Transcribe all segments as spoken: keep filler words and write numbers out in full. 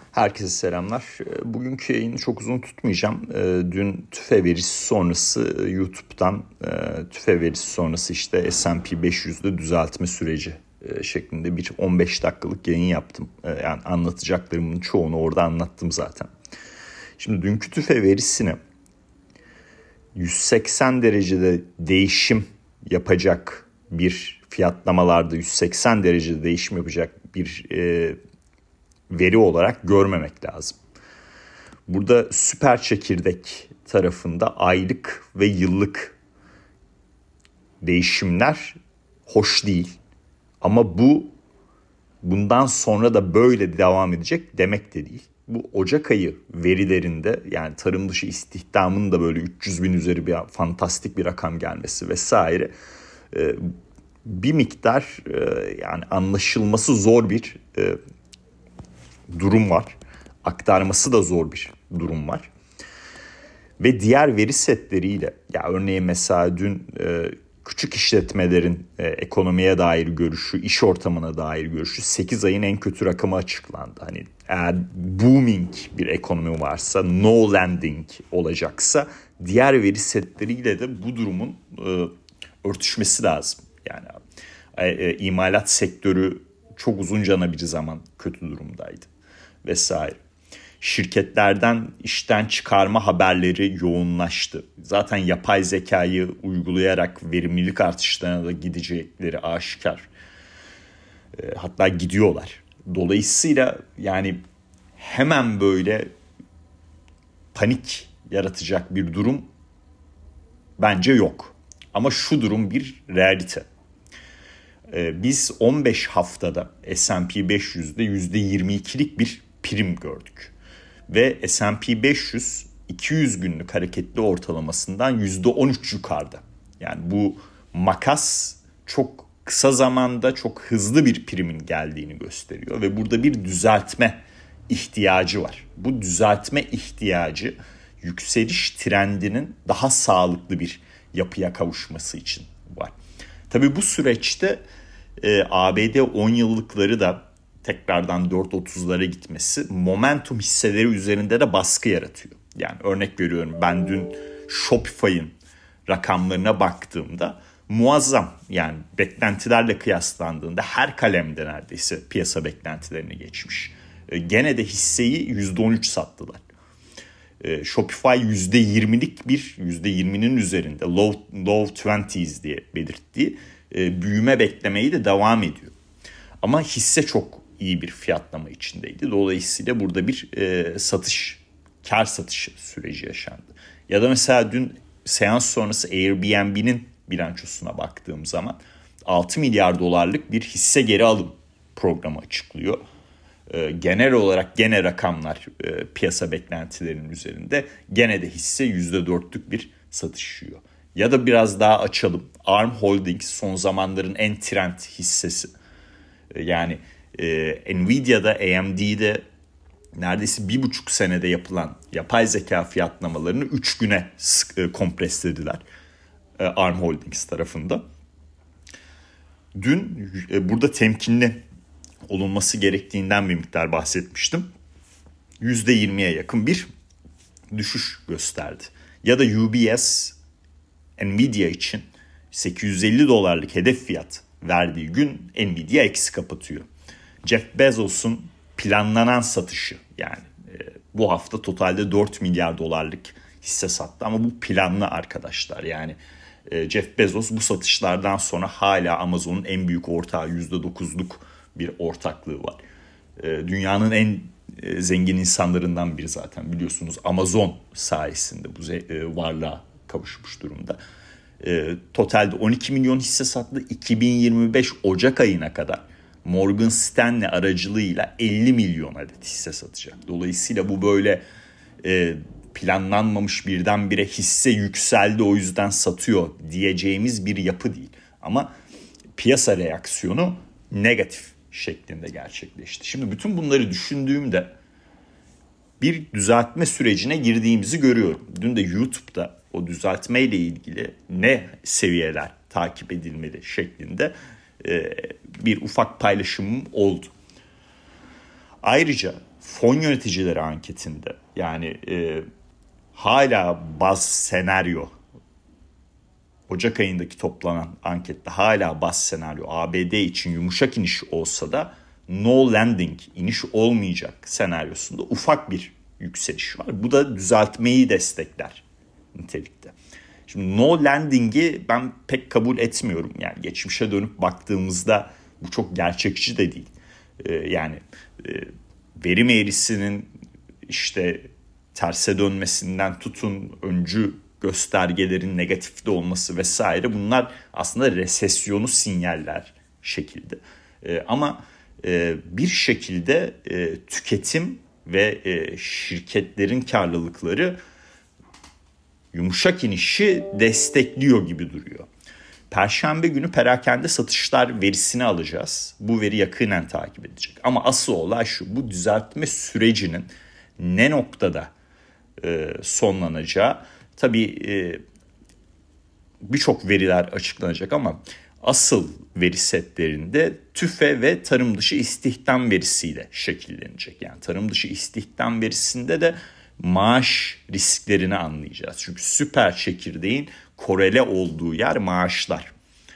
Herkese selamlar. Bugünkü yayını çok uzun tutmayacağım. Dün tüfe verisi sonrası YouTube'dan tüfe verisi sonrası işte S and P beş yüzde düzeltme süreci şeklinde bir on beş dakikalık yayın yaptım. Yani anlatacaklarımın çoğunu orada anlattım zaten. Şimdi dünkü tüfe verisini yüz seksen derecede değişim yapacak bir fiyatlamalarda yüz seksen derecede değişim yapacak bir e, veri olarak görmemek lazım. Burada süper çekirdek tarafında aylık ve yıllık değişimler hoş değil. Ama bu bundan sonra da böyle devam edecek demek de değil. Bu Ocak ayı verilerinde yani tarım dışı istihdamın da böyle üç yüz bin üzeri bir fantastik bir rakam gelmesi vesaire bir miktar yani anlaşılması zor bir durum var. Aktarması da zor bir durum var. Ve diğer veri setleriyle ya örneğin mesela dün e, küçük işletmelerin e, ekonomiye dair görüşü, iş ortamına dair görüşü sekiz ayın en kötü rakamı açıklandı. Hani eğer booming bir ekonomi varsa, no landing olacaksa diğer veri setleriyle de bu durumun e, örtüşmesi lazım. Yani e, e, imalat sektörü çok uzunca bir zaman kötü durumdaydı vesaire. Şirketlerden işten çıkarma haberleri yoğunlaştı. Zaten yapay zekayı uygulayarak verimlilik artışlarına da gidecekleri aşikar. E, hatta gidiyorlar. Dolayısıyla yani hemen böyle panik yaratacak bir durum bence yok. Ama şu durum bir realite. E, biz on beş haftada S and P beş yüzde yüzde yirmi ikilik bir prim gördük. Ve S and P beş yüz iki yüz günlük hareketli ortalamasından yüzde on üç yukarıda. Yani bu makas çok kısa zamanda çok hızlı bir primin geldiğini gösteriyor. Ve burada bir düzeltme ihtiyacı var. Bu düzeltme ihtiyacı yükseliş trendinin daha sağlıklı bir yapıya kavuşması için var. Tabii bu süreçte e, A B D on yıllıkları da tekrardan dört otuzlara gitmesi momentum hisseleri üzerinde de baskı yaratıyor. Yani örnek veriyorum ben dün Shopify'ın rakamlarına baktığımda muazzam yani beklentilerle kıyaslandığında her kalemde neredeyse piyasa beklentilerini geçmiş. Gene de hisseyi yüzde on üç sattılar. Shopify yüzde yirmilik bir yüzde yirminin üzerinde low, low yirmiler diye belirttiği büyüme beklemeyi de devam ediyor. Ama hisse çok iyi bir fiyatlama içindeydi. Dolayısıyla burada bir e, satış, kar satışı süreci yaşandı. Ya da mesela dün seans sonrası Airbnb'nin bilançosuna baktığım zaman altı milyar dolarlık bir hisse geri alım programı açıklıyor. E, genel olarak gene rakamlar e, piyasa beklentilerinin üzerinde. Gene de hisse yüzde dörtlük bir satış yiyor. Ya da biraz daha açalım. Arm Holdings son zamanların en trend hissesi. E, yani Ee, Nvidia'da, A M D'de neredeyse bir buçuk senede yapılan yapay zeka fiyatlamalarını üç güne e, kompreslediler e, Arm Holdings tarafında. Dün e, burada temkinli olunması gerektiğinden bir miktar bahsetmiştim. yüzde yirmiye yakın bir düşüş gösterdi. Ya da U B S Nvidia için sekiz yüz elli dolarlık hedef fiyat verdiği gün Nvidia eksi kapatıyor. Jeff Bezos'un planlanan satışı yani e, bu hafta totalde dört milyar dolarlık hisse sattı ama bu planlı arkadaşlar yani e, Jeff Bezos bu satışlardan sonra hala Amazon'un en büyük ortağı yüzde dokuzluk bir ortaklığı var. E, dünyanın en e, zengin insanlarından biri zaten biliyorsunuz Amazon sayesinde bu ze- e, varlığa kavuşmuş durumda. E, totalde on iki milyon hisse sattı. iki bin yirmi beş Ocak ayına kadar Morgan Stanley aracılığıyla elli milyon adet hisse satacak. Dolayısıyla bu böyle e, planlanmamış birdenbire hisse yükseldi o yüzden satıyor diyeceğimiz bir yapı değil. Ama piyasa reaksiyonu negatif şeklinde gerçekleşti. Şimdi bütün bunları düşündüğümde bir düzeltme sürecine girdiğimizi görüyorum. Dün de YouTube'da o düzeltmeyle ilgili ne seviyeler takip edilmeli şeklinde bir ufak paylaşımım oldu. Ayrıca fon yöneticileri anketinde, yani e, hala baz senaryo, Ocak ayındaki toplanan ankette hala baz senaryo A B D için yumuşak iniş olsa da no landing, iniş olmayacak senaryosunda ufak bir yükseliş var. Bu da düzeltmeyi destekler nitelikte. Şimdi no landing'i ben pek kabul etmiyorum. Yani geçmişe dönüp baktığımızda bu çok gerçekçi de değil. Ee, yani e, verim eğrisinin işte terse dönmesinden tutun, öncü göstergelerin negatifte olması vesaire, bunlar aslında resesyonu sinyaller şekilde. Ee, ama e, bir şekilde e, tüketim ve e, şirketlerin karlılıkları yumuşak inişi destekliyor gibi duruyor. Perşembe günü perakende satışlar verisini alacağız. Bu veri yakinen takip edecek. Ama asıl olay şu: bu düzeltme sürecinin ne noktada e, sonlanacağı. Tabii e, birçok veriler açıklanacak ama asıl veri setlerinde tüfe ve tarım dışı istihdam verisiyle şekillenecek. Yani tarım dışı istihdam verisinde de maaş risklerini anlayacağız. Çünkü süper çekirdeğin korele olduğu yer maaşlar.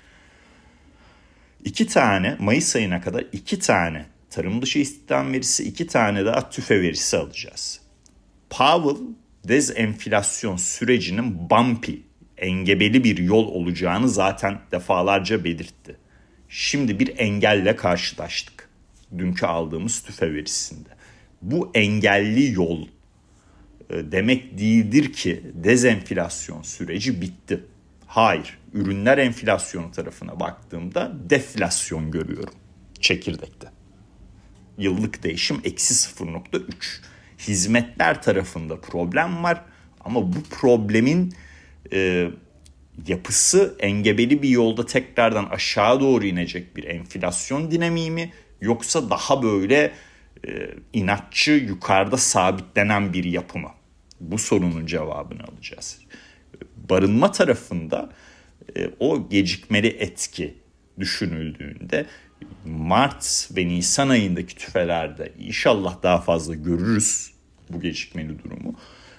İki tane Mayıs ayına kadar iki tane tarım dışı istihdam verisi, iki tane daha tüfe verisi alacağız. Powell dezenflasyon sürecinin bumpy, engebeli bir yol olacağını zaten defalarca belirtti. Şimdi bir engelle karşılaştık dünkü aldığımız tüfe verisinde. Bu engelli yol demek değildir ki dezenflasyon süreci bitti. Hayır, ürünler enflasyonu tarafına baktığımda deflasyon görüyorum çekirdekte. Yıllık değişim eksi sıfır nokta üç. Hizmetler tarafında problem var ama bu problemin e, yapısı engebeli bir yolda tekrardan aşağı doğru inecek bir enflasyon dinamiği mi, yoksa daha böyle e, inatçı yukarıda sabitlenen bir yapı mı? Bu sorunun cevabını alacağız. Barınma tarafında e, o gecikmeli etki düşünüldüğünde Mart ve Nisan ayındaki tüfelerde inşallah daha fazla görürüz bu gecikmeli durumu.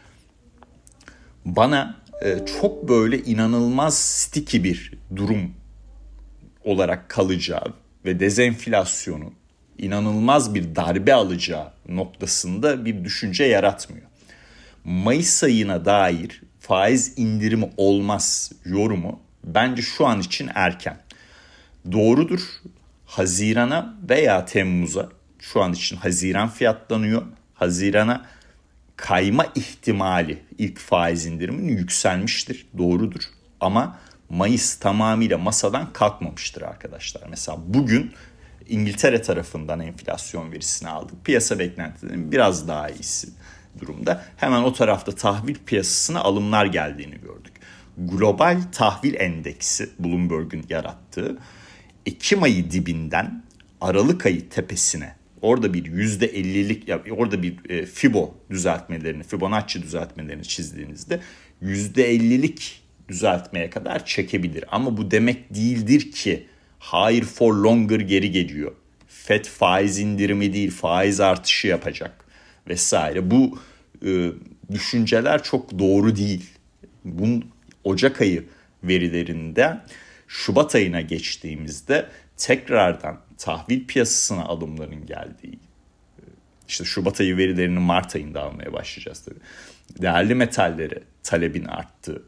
Bana e, çok böyle inanılmaz sticky bir durum olarak kalacağı ve dezenflasyonu inanılmaz bir darbe alacağı noktasında bir düşünce yaratmıyor. Mayıs ayına dair faiz indirimi olmaz yorumu bence şu an için erken. Doğrudur. Hazirana veya Temmuz'a, şu an için Haziran fiyatlanıyor. Hazirana kayma ihtimali ilk faiz indiriminin yükselmiştir. Doğrudur. Ama Mayıs tamamıyla masadan kalkmamıştır arkadaşlar. Mesela bugün İngiltere tarafından enflasyon verisini aldık. Piyasa beklentilerinin biraz daha iyisi durumda. Hemen o tarafta tahvil piyasasına alımlar geldiğini gördük. Global tahvil endeksi, Bloomberg'un yarattığı, Ekim ayı dibinden Aralık ayı tepesine, orada bir yüzde ellilik, orada bir e, Fibo düzeltmelerini, Fibonacci düzeltmelerini çizdiğinizde yüzde ellilik düzeltmeye kadar çekebilir. Ama bu demek değildir ki higher for longer geri geliyor. Fed faiz indirimi değil, faiz artışı yapacak vesaire. Bu e, düşünceler çok doğru değil. Bunun Ocak ayı verilerinde Şubat ayına geçtiğimizde tekrardan tahvil piyasasına alımların geldiği, işte Şubat ayı verilerini Mart ayında almaya başlayacağız tabii. Değerli metallere talebin arttığı,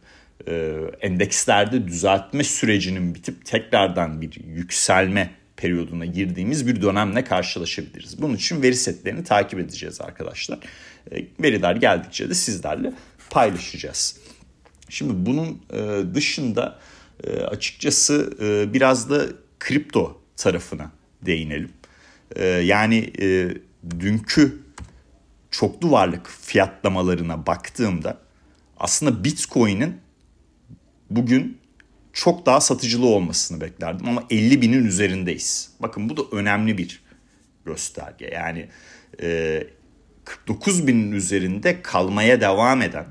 endekslerde düzeltme sürecinin bitip tekrardan bir yükselme periyoduna girdiğimiz bir dönemle karşılaşabiliriz. Bunun için veri setlerini takip edeceğiz arkadaşlar. Veriler geldikçe de sizlerle paylaşacağız. Şimdi bunun dışında açıkçası biraz da kripto tarafına değinelim. Yani dünkü çoklu varlık fiyatlamalarına baktığımda aslında Bitcoin'in bugün çok daha satıcılı olmasını beklerdim ama elli binin üzerindeyiz. Bakın bu da önemli bir gösterge. Yani kırk dokuz binin üzerinde kalmaya devam eden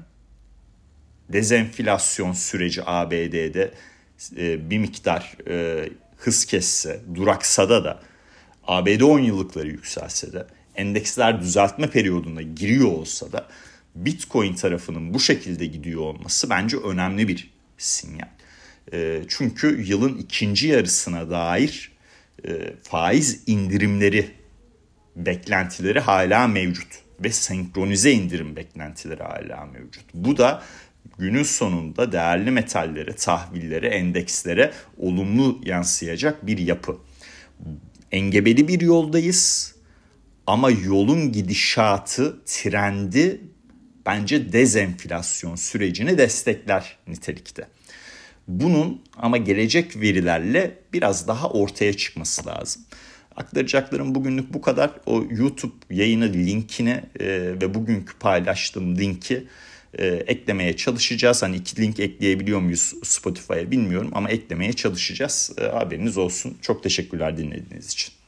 dezenflasyon süreci A B D'de bir miktar hız kesse, duraksada da, A B D on yıllıkları yükselse de, endeksler düzeltme periyoduna giriyor olsa da Bitcoin tarafının bu şekilde gidiyor olması bence önemli bir sinyal. E, çünkü yılın ikinci yarısına dair e, faiz indirimleri beklentileri hala mevcut ve senkronize indirim beklentileri hala mevcut. Bu da günün sonunda değerli metallere, tahvillere, endekslere olumlu yansıyacak bir yapı. Engebeli bir yoldayız ama yolun gidişatı, trendi bence dezenflasyon sürecini destekler nitelikte. Bunun ama gelecek verilerle biraz daha ortaya çıkması lazım. Aktaracaklarım bugünlük bu kadar. O YouTube yayını linkini e, ve bugünkü paylaştığım linki e, eklemeye çalışacağız. Hani iki link ekleyebiliyor muyuz Spotify'a bilmiyorum ama eklemeye çalışacağız. E, haberiniz olsun. Çok teşekkürler dinlediğiniz için.